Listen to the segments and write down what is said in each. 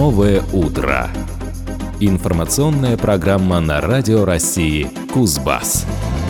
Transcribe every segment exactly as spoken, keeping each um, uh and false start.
Новое утро. Информационная программа на Радио России «Кузбасс».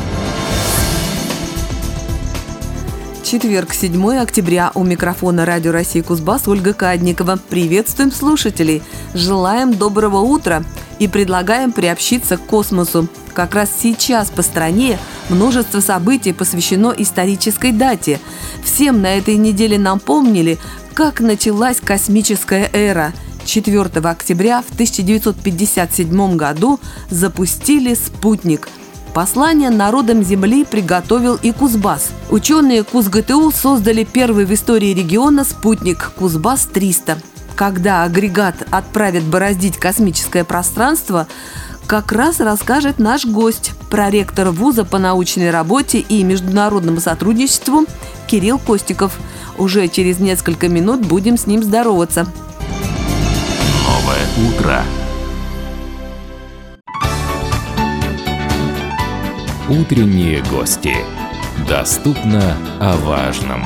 Четверг, седьмое октября. У микрофона Радио России «Кузбасс» Ольга Кадникова. Приветствуем слушателей. Желаем доброго утра и предлагаем приобщиться к космосу. Как раз сейчас по стране множество событий посвящено исторической дате. Всем на этой неделе напомнили, как началась космическая эра. четвёртого октября в тысяча девятьсот пятьдесят седьмом году запустили спутник. Послание народам Земли приготовил и Кузбасс. Ученые КУЗГТУ создали первый в истории региона спутник Кузбасс триста. Когда агрегат отправят бороздить космическое пространство, как раз расскажет наш гость, проректор вуза по научной работе и международному сотрудничеству Кирилл Костиков. Уже через несколько минут будем с ним здороваться. Новое утро. Утренние гости. Доступно о важном.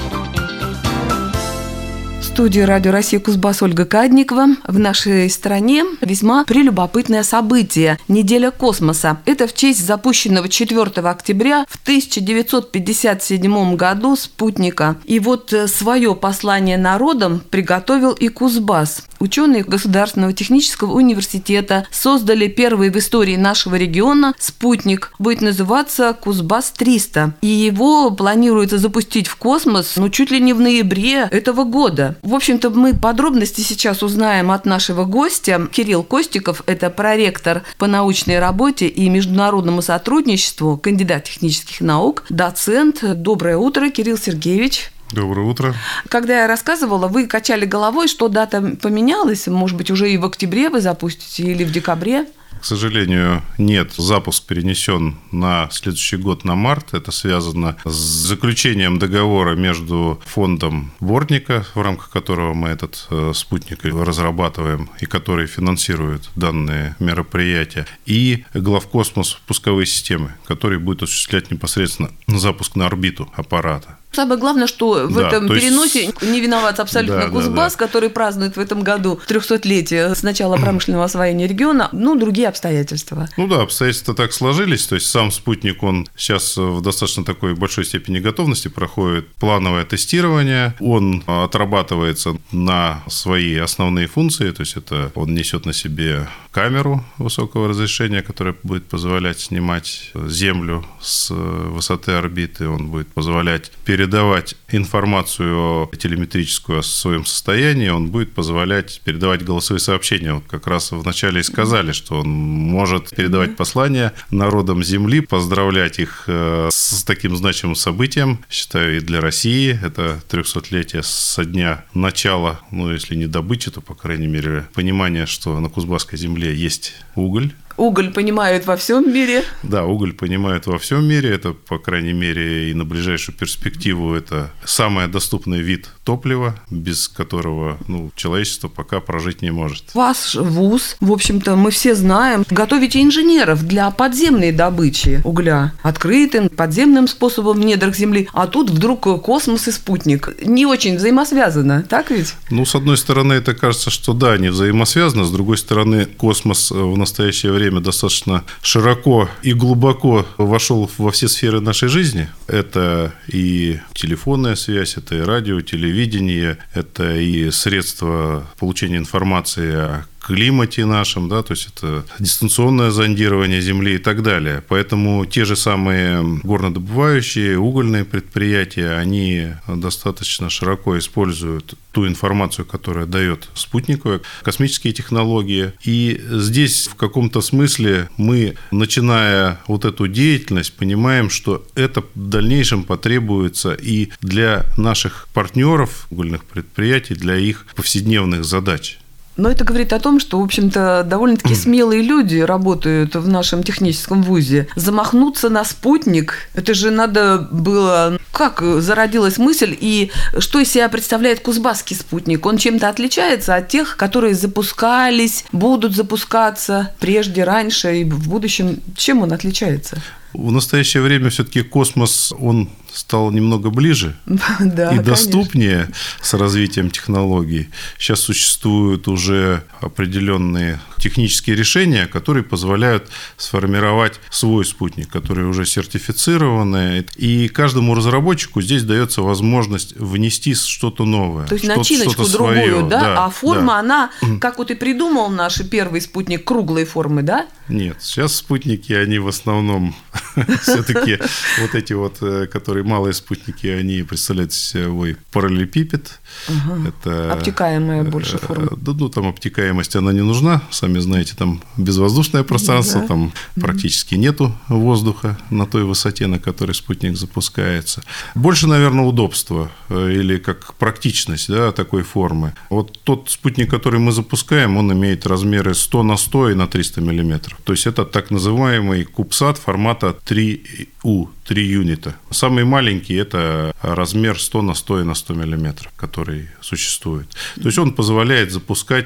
В студии Радио России «Кузбасс» Ольга Кадникова. В нашей стране весьма прелюбопытное событие – Неделя космоса. Это в честь запущенного четвёртого октября в тысяча девятьсот пятьдесят седьмом году спутника. И вот свое послание народам приготовил и Кузбасс. Ученые Государственного технического университета создали первый в истории нашего региона спутник. Будет называться Кузбасс триста. И его планируется запустить в космос, ну, чуть ли не в ноябре этого года. В общем-то, мы подробности сейчас узнаем от нашего гостя. Кирилл Костиков – это проректор по научной работе и международному сотрудничеству, кандидат технических наук, доцент. Доброе утро, Кирилл Сергеевич. Доброе утро. Когда я рассказывала, вы качали головой, что дата поменялась. Может быть, уже и в октябре вы запустите или в декабре? К сожалению, нет. Запуск перенесен на следующий год, на март. Это связано с заключением договора между фондом Бортника, в рамках которого мы этот спутник разрабатываем и который финансирует данные мероприятия, и Главкосмос пусковые системы, который будет осуществлять непосредственно запуск на орбиту аппарата. Самое главное, что в да, этом переносе есть... не виноват абсолютно да, Кузбасс, да, да. который празднует в этом году трехсотлетие с начала промышленного освоения региона, ну, другие обстоятельства. Ну да, обстоятельства так сложились, то есть сам спутник, он сейчас в достаточно такой большой степени готовности проходит плановое тестирование, он отрабатывается на свои основные функции, то есть это он несет на себе камеру высокого разрешения, которая будет позволять снимать Землю с высоты орбиты, он будет позволять передавать передавать информацию телеметрическую о своем состоянии, он будет позволять передавать голосовые сообщения. Вот как раз вначале и сказали, что он может передавать послания народам Земли, поздравлять их с таким значимым событием. Считаю, и для России это трехсотлетие со дня начала, ну, если не добычи, то, по крайней мере, понимание, что на Кузбасской земле есть уголь. Уголь понимают во всем мире. Да, уголь понимают во всем мире. Это, по крайней мере, и на ближайшую перспективу это самый доступный вид топлива, без которого ну, человечество пока прожить не может. Ваш вуз, в общем-то, мы все знаем, готовите инженеров для подземной добычи угля. Открытым, подземным способом в недрах Земли. А тут вдруг космос и спутник. Не очень взаимосвязано, так ведь? Ну, с одной стороны, это кажется, что да, не взаимосвязано. С другой стороны, космос в настоящее время время достаточно широко и глубоко вошел во все сферы нашей жизни. Это и телефонная связь, это и радио, телевидение, это и средства получения информации о климате нашем, да, то есть это дистанционное зондирование Земли и так далее. Поэтому те же самые горнодобывающие, угольные предприятия, они достаточно широко используют ту информацию, которая дает спутниковые космические технологии. И здесь в каком-то смысле мы, начиная вот эту деятельность, понимаем, что это в дальнейшем потребуется и для наших партнеров угольных предприятий, для их повседневных задач. Но это говорит о том, что, в общем-то, довольно-таки смелые люди работают в нашем техническом вузе. Замахнуться на спутник, это же надо было... Как зародилась мысль и что из себя представляет кузбасский спутник? Он чем-то отличается от тех, которые запускались, будут запускаться прежде, раньше и в будущем? Чем он отличается? В настоящее время все-таки космос, он стал немного ближе да, и доступнее с развитием технологий. Сейчас существуют уже определенные технические решения, которые позволяют сформировать свой спутник, которые уже сертифицированы. И каждому разработчику здесь дается возможность внести что-то новое. То есть что-то, начиночку что-то другую, свое. да? Да, а форма, да. она, как вот и придумал наш первый спутник, круглой формы, да? Нет, сейчас спутники, они в основном все-таки вот эти вот, которые малые спутники, они представляют собой параллелепипед. Ага. Это, обтекаемая больше форма. Да, ну, там обтекаемость, она не нужна. Сами знаете, там безвоздушное пространство, да. Там практически нету воздуха на той высоте, на которой спутник запускается. Больше, наверное, удобства или как практичность, да, такой формы. Вот тот спутник, который мы запускаем, он имеет размеры сто на сто и на триста миллиметров. То есть это так называемый кубсат формата три ю, три юнита. Самый маленький – это размер сто на сто и на сто миллиметров, который существует. То есть он позволяет запускать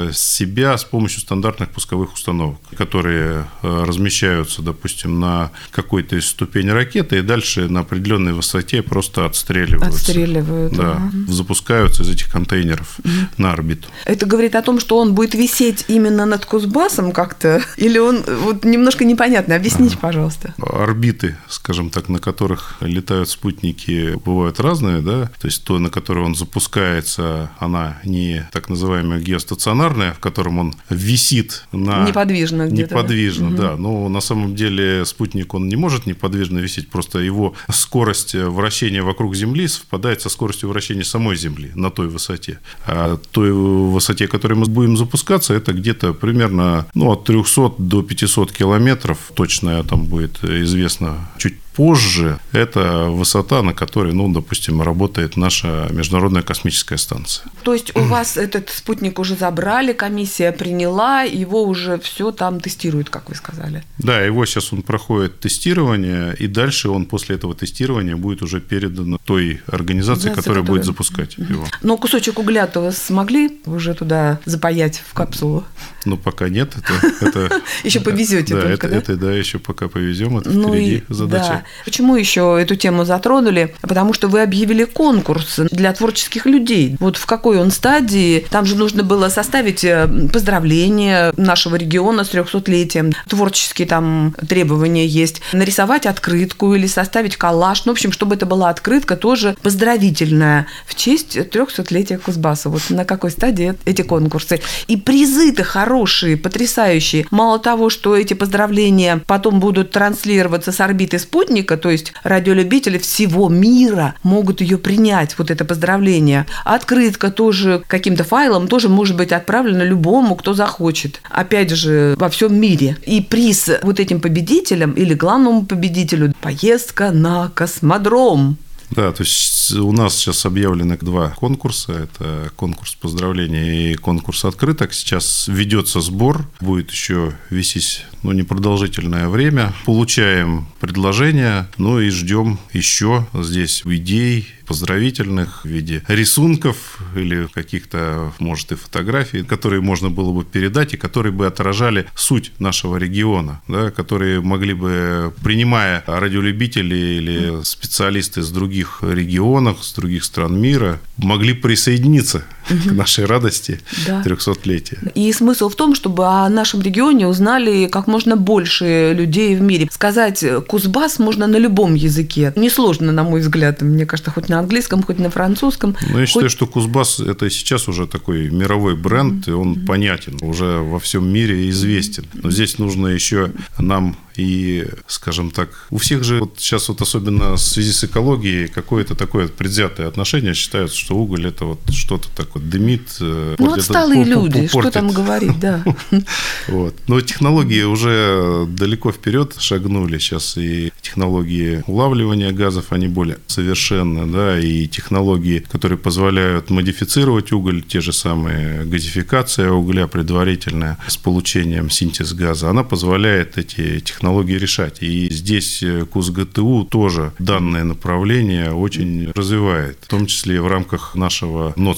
себя с помощью стандартных пусковых установок, которые размещаются, допустим, на какой-то ступени ракеты и дальше на определенной высоте просто отстреливаются. Отстреливают. Да, ага. Запускаются из этих контейнеров угу. на орбиту. Это говорит о том, что он будет висеть именно над Кузбассом как-то? Или он вот немножко непонятно? Объясните, ага. пожалуйста. Орбиты, скажем так, на которых летают спутники, бывают разные, да, то есть то, на которое он запускается, она не так называемая геостационарная, в котором он висит на... Неподвижно где-то. Неподвижно, да, да. но на самом деле спутник, он не может неподвижно висеть, просто его скорость вращения вокруг Земли совпадает со скоростью вращения самой Земли на той высоте. А той высоте, которой мы будем запускаться, это где-то примерно ну, от трехсот до пятисот километров, точно там будет известно чуть позже, это высота, на которой, ну, допустим, работает наша Международная космическая станция. То есть у вас этот спутник уже забрали, комиссия приняла, его уже все там тестируют, как вы сказали? Да, его сейчас он проходит тестирование, и дальше он после этого тестирования будет уже передан той организации, да, которая, которая будет запускать mm-hmm. его. Но кусочек угля-то вы смогли уже туда запаять в капсулу? Ну, пока нет. Это, это, еще повезете да, только, это, да? Это, да, еще пока повезем, это ну впереди и, задача. Да. Почему еще эту тему затронули? Потому что вы объявили конкурс для творческих людей. Вот в какой он стадии? Там же нужно было составить поздравления нашего региона с трехсотлетием. Творческие там требования есть. Нарисовать открытку или составить коллаж. Ну, в общем, чтобы это была открытка тоже поздравительная в честь трехсотлетия Кузбасса. Вот на какой стадии эти конкурсы? И призы-то хорошие, потрясающие. Мало того, что эти поздравления потом будут транслироваться с орбиты спутника, то есть радиолюбители всего мира могут ее принять, вот это поздравление. Открытка тоже каким-то файлом тоже может быть отправлена любому, кто захочет. Опять же, во всем мире. И приз вот этим победителям или главному победителю – поездка на космодром. Да, то есть у нас сейчас объявлены два конкурса. Это конкурс поздравлений и конкурс открыток. Сейчас ведется сбор, будет еще вестись ну, непродолжительное время. Получаем предложения, ну и ждем еще здесь идей поздравительных в виде рисунков или каких-то, может, и фотографий, которые можно было бы передать и которые бы отражали суть нашего региона, да, которые могли бы, принимая радиолюбителей или специалисты из других регионов, с других стран мира, могли присоединиться угу. к нашей радости да. трехсотлетия. И смысл в том, чтобы о нашем регионе узнали как можно больше людей в мире. Сказать Кузбасс можно на любом языке. Несложно, на мой взгляд. Мне кажется, хоть на английском, хоть на французском. Но я хоть... считаю, что Кузбасс – это сейчас уже такой мировой бренд, mm-hmm. и он mm-hmm. понятен, уже во всем мире известен. Но здесь нужно еще нам и, скажем так, у всех же вот сейчас вот особенно в связи с экологией какое-то такое предвзятое отношение, считают, что уголь – это вот что-то такое дымит. Ну, отсталые люди, что там говорить, да. Вот. Но технологии уже далеко вперед шагнули. Сейчас и технологии улавливания газов, они более совершенны, да, и технологии, которые позволяют модифицировать уголь, те же самые газификация угля предварительная с получением синтез газа, она позволяет эти технологии решать. И здесь КУСГТУ тоже данное направление очень развивает, в том числе в рамках нашего НОЦ мирового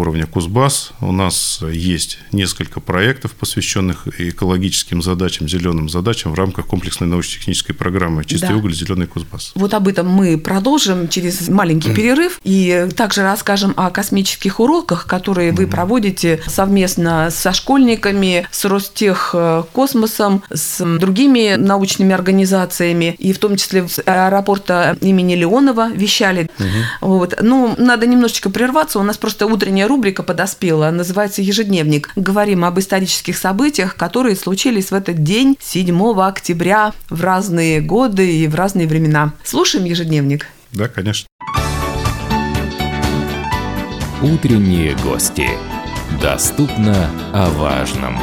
уровня Кузбасс. У нас есть несколько проектов, посвященных экологическим задачам, зеленым задачам в рамках комплексной научно-технической программы «Чистый да. уголь. Зеленый Кузбасс». Вот об этом мы продолжим через маленький перерыв и также расскажем о космических уроках, которые вы проводите совместно со школьниками, с Ростехкосмосом, с другими научными организациями, и в том числе с аэропорта имени Леонова вещали. Угу. Вот. Ну, надо немножечко прерваться, у нас просто утренняя рубрика подоспела, называется «Ежедневник». Говорим об исторических событиях, которые случились в этот день, седьмого октября, в разные годы и в разные времена. Слушаем «Ежедневник». Да, конечно. Утренние гости. Доступно о важном.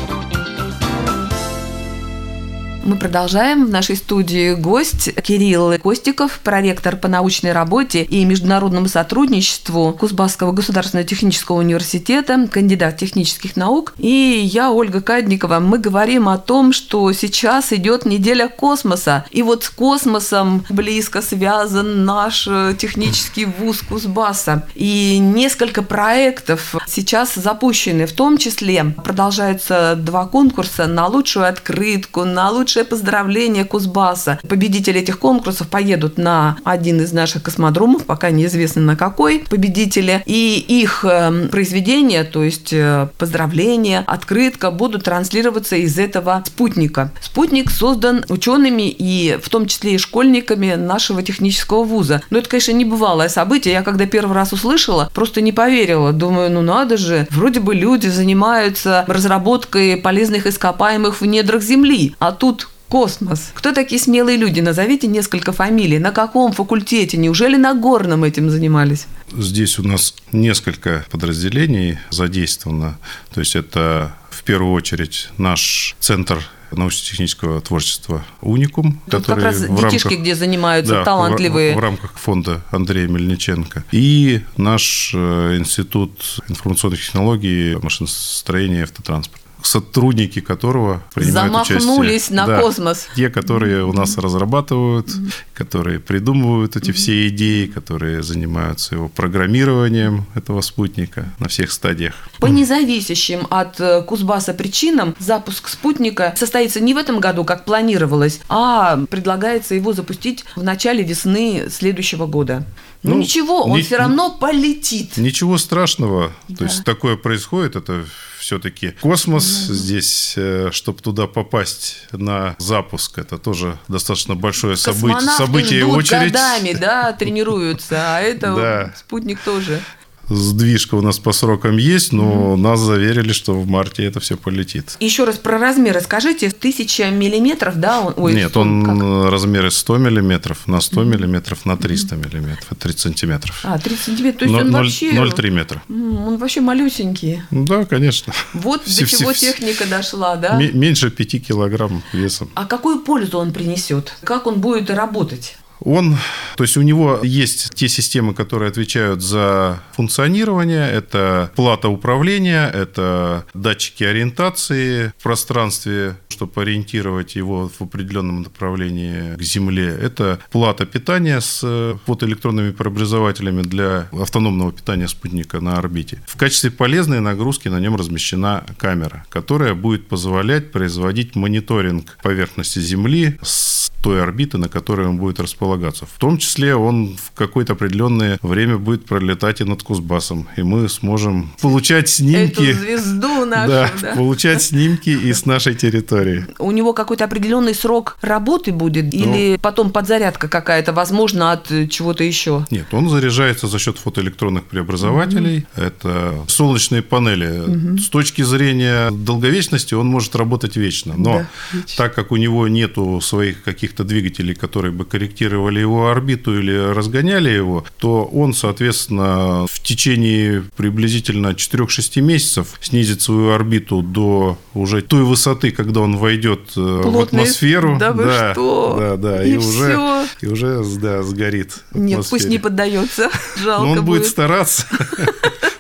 Мы продолжаем. В нашей студии гость Кирилл Костиков, проректор по научной работе и международному сотрудничеству Кузбасского государственного технического университета, кандидат технических наук. И я, Ольга Кадникова. Мы говорим о том, что сейчас идет неделя космоса. И вот с космосом близко связан наш технический вуз Кузбасса. И несколько проектов сейчас запущены. В том числе продолжаются два конкурса на лучшую открытку, на лучшую поздравления Кузбасса. Победители этих конкурсов поедут на один из наших космодромов, пока неизвестно на какой победители, и их произведения, то есть поздравления, открытка, будут транслироваться из этого спутника. Спутник создан учеными и в том числе и школьниками нашего технического вуза. Но это, конечно, небывалое событие. Я когда первый раз услышала, просто не поверила. Думаю, ну надо же, вроде бы люди занимаются разработкой полезных ископаемых в недрах Земли, а тут космос. Кто такие смелые люди? Назовите несколько фамилий. На каком факультете? Неужели на горном этим занимались? Здесь у нас несколько подразделений задействовано. То есть это в первую очередь наш центр научно-технического творчества «Уникум», тут который как раз в детишки, рамках, где занимаются да, талантливые. В, в рамках фонда Андрея Мельниченко. И наш институт информационных технологий, машиностроения и автотранспорта, сотрудники которого принимают участие. Замахнулись на да, космос. Те, которые у нас разрабатывают, которые придумывают эти все идеи, которые занимаются его программированием этого спутника на всех стадиях. По независящим от Кузбасса причинам запуск спутника состоится не в этом году, как планировалось, а предлагается его запустить в начале весны следующего года. Ну, ну ничего, он ни, все равно полетит. Ничего страшного. Да. То есть такое происходит, это все-таки космос. Да. Здесь, чтобы туда попасть на запуск, это тоже достаточно большое событие, событие и очередь. Годами, да, тренируются, а это да. спутник тоже. Сдвижка у нас по срокам есть, но mm-hmm. нас заверили, что в марте это все полетит. Еще раз про размеры скажите. Тысяча миллиметров, да? Он, ой, Нет, он как? Размеры сто миллиметров на сто mm-hmm. миллиметров на триста mm-hmm. миллиметров. Это тридцать сантиметров. А, тридцать сантиметров. То есть ноль, он вообще... ноль целых три метра. Он вообще малюсенький. Да, конечно. Вот до чего техника дошла, да? Меньше пяти килограмм весом. А какую пользу он принесет? Как он будет работать? Он, то есть у него есть те системы, которые отвечают за функционирование, это плата управления, это датчики ориентации в пространстве, чтобы ориентировать его в определенном направлении к Земле, это плата питания с фотоэлектронными преобразователями для автономного питания спутника на орбите. В качестве полезной нагрузки на нем размещена камера, которая будет позволять производить мониторинг поверхности Земли с той орбиты, на которой он будет располагаться. В том числе он в какое-то определенное время будет пролетать и над Кузбассом, и мы сможем получать снимки. Эту звезду нашу, да, да. получать снимки из нашей территории. У него какой-то определенный срок работы будет, или ну, потом подзарядка какая-то, возможно, от чего-то еще? Нет, он заряжается за счет фотоэлектронных преобразователей. Mm-hmm. Это солнечные панели. Mm-hmm. С точки зрения долговечности он может работать вечно, но да, вечно. Так как у него нету своих каких-то двигателей, которые бы корректировали его орбиту или разгоняли его, то он, соответственно, в течение приблизительно четыре-шесть месяцев снизит свою орбиту до уже той высоты, когда он войдет Плотный... в атмосферу. Да вы да, что? Да, да, и, и уже, и уже да, сгорит. Нет, пусть не поддается. Жалко Но он будет. будет стараться.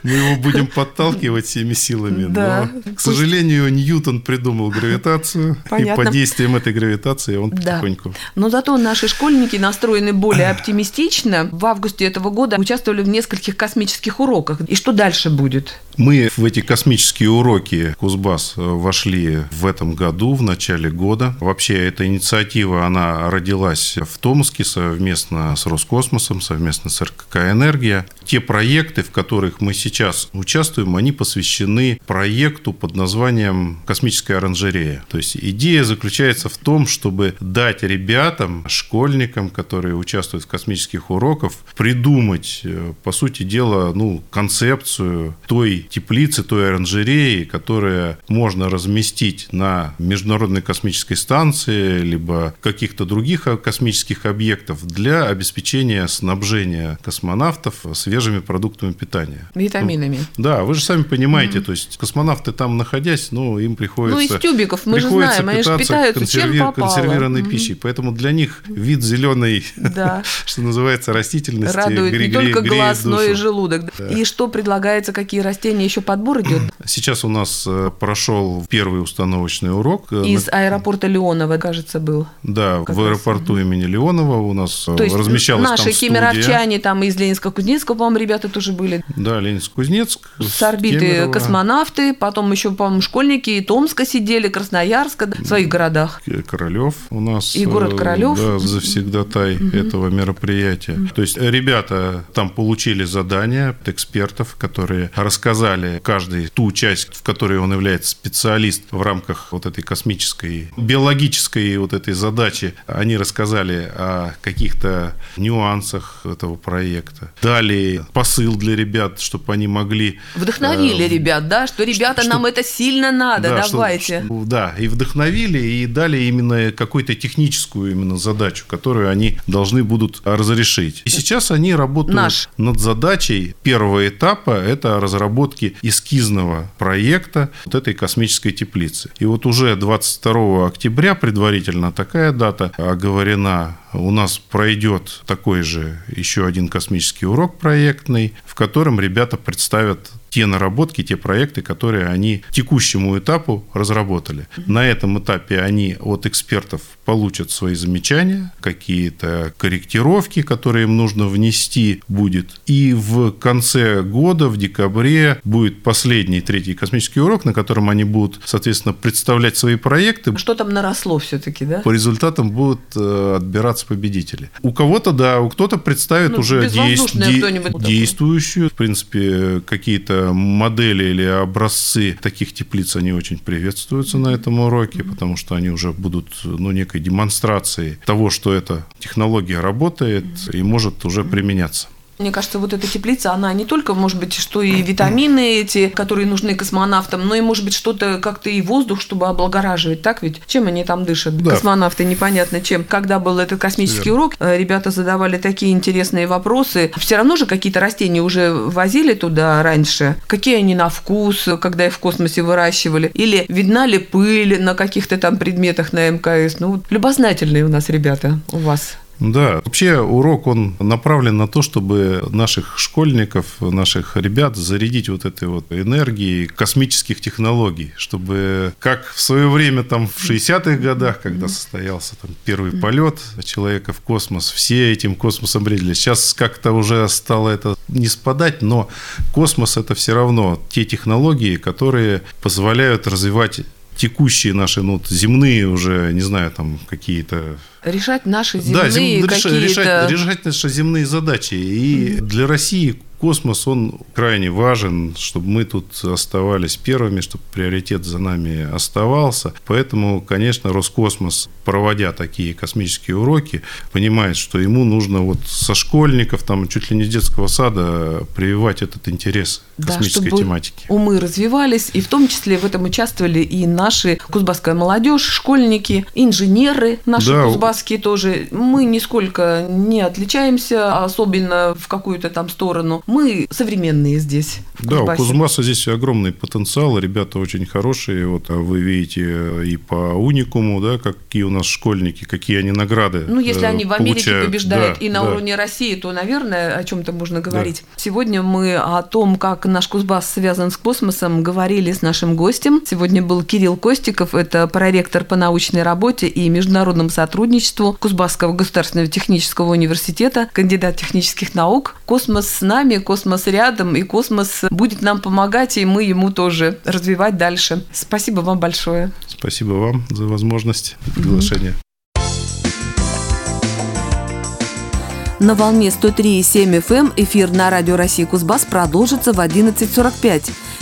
Мы его будем подталкивать всеми силами. Да. Но, к сожалению, Ньютон придумал гравитацию. Понятно. И под действием этой гравитации он Да. потихоньку... Но зато наши школьники настроены более оптимистично. В августе этого года участвовали в нескольких космических уроках. И что дальше будет? Мы в эти космические уроки Кузбасс вошли в этом году, в начале года. Вообще, эта инициатива, она родилась в Томске совместно с Роскосмосом, совместно с эр ка ка «Энергия». Те проекты, в которых мы сейчас участвуем, они посвящены проекту под названием «Космическая оранжерея». То есть идея заключается в том, чтобы дать ребятам, школьникам, которые участвуют в космических уроках, придумать, по сути дела, ну, концепцию той теплицы, той оранжереи, которая можно разместить на Международной космической станции, либо каких-то других космических объектов для обеспечения снабжения космонавтов свежими продуктами питания. Витаминами. Ну, да, вы же сами понимаете, mm-hmm. то есть космонавты там находясь, ну, им приходится... Ну, из тюбиков, мы же приходится знаем, они же питаются консерви... чем попало. консервированной Mm-hmm. пищей. Поэтому для них вид зеленой, да. что называется, растительности радует гре- не только греет глаз, душу. но и желудок. Да. И что предлагается, какие растения, еще подбор идет? Сейчас у нас прошел первый установочный урок. Из аэропорта Леонова, кажется, был. Да, как в аэропорту раз. имени Леонова у нас То есть размещалась наши там студия. кемеровчане, там из Ленинска-Кузнецка, по-моему, ребята тоже были. Да, Ленинск-Кузнецк. С орбиты Кемерово. Космонавты, потом еще, по-моему, школьники и Томска сидели, Красноярска, в своих городах. Королев у нас. И город Королев. Да, завсегдатай угу. этого мероприятия. Угу. То есть ребята там получили задания от экспертов, которые рассказали каждый ту часть, в которой он является специалист в рамках вот этой космической, биологической вот этой задачи. Они рассказали о каких-то нюансах этого проекта. Дали посыл для ребят, чтобы они могли... Вдохновили э, ребят, да, что ребята, что, нам это сильно надо, да, давайте. Что, да, и вдохновили, и дали именно какую-то техническую именно задачу, которую они должны будут разрешить. И сейчас они работают Наш. над задачей первого этапа, это разработки эскизного проекта вот этой космической теплицы. И вот уже двадцать второго октября предварительно такая дата оговорена. У нас пройдет такой же еще один космический урок проектный, в котором ребята представят те наработки, те проекты, которые они к текущему этапу разработали. На этом этапе они от экспертов получат свои замечания, какие-то корректировки, которые им нужно внести будет. И в конце года, в декабре, будет последний, третий космический урок, на котором они будут, соответственно, представлять свои проекты. Что там наросло все-таки, да? По результатам будут отбираться победители. У кого-то, да, у кто-то представит ну, уже действ... действующую, в принципе, какие-то модели или образцы таких теплиц, они очень приветствуются на этом уроке, потому что они уже будут, ну, некой демонстрацией того, что эта технология работает и может уже применяться. Мне кажется, вот эта теплица, она не только, может быть, что и витамины эти, которые нужны космонавтам, но и, может быть, что-то как-то и воздух, чтобы облагораживать, так ведь? Чем они там дышат? Да. Космонавты непонятно чем. Когда был этот космический Верно. урок, ребята задавали такие интересные вопросы. Все равно же какие-то растения уже возили туда раньше. Какие они на вкус, когда их в космосе выращивали? Или видна ли пыль на каких-то там предметах на эм ка эс? Ну, любознательные у нас ребята, у вас. Да, вообще урок, он направлен на то, чтобы наших школьников, наших ребят зарядить вот этой вот энергией космических технологий, чтобы, как в свое время там в шестидесятых годах, когда состоялся там первый полет человека в космос, все этим космосом бредили. Сейчас как-то уже стало это не спадать, но космос — это все равно те технологии, которые позволяют развивать текущие наши, ну, земные уже, не знаю, там какие-то... Решать наши земные да, зем... какие-то... решать, решать наши земные задачи. И mm-hmm. для России космос, он крайне важен, чтобы мы тут оставались первыми, чтобы приоритет за нами оставался. Поэтому, конечно, Роскосмос, проводя такие космические уроки, понимает, что ему нужно вот со школьников, там, чуть ли не с детского сада прививать этот интерес к да, космической чтобы тематике. Умы развивались, и в том числе в этом участвовали и наши кузбасская молодежь, школьники, инженеры наши да, кузбасские тоже. Мы нисколько не отличаемся, особенно в какую-то там сторону. мы современные здесь. Да, у Кузбасса здесь огромный потенциал, ребята очень хорошие. Вот, а вы видите и по уникуму, да, какие у нас школьники, какие они награды. Ну, если они в Америке получают. побеждают Да, и на да. уровне России, то, наверное, о чем-то можно говорить. Да. Сегодня мы о том, как наш Кузбасс связан с космосом, говорили с нашим гостем. Сегодня был Кирилл Костиков, это проректор по научной работе и международному сотрудничеству Кузбасского государственного технического университета, кандидат технических наук. Космос с нами, космос рядом, и космос будет нам помогать, и мы ему тоже развивать дальше. Спасибо вам большое. Спасибо вам за возможность и приглашение. На волне сто три и семь эф эм эфир на радио России Кузбасс продолжится в одиннадцать сорок пять.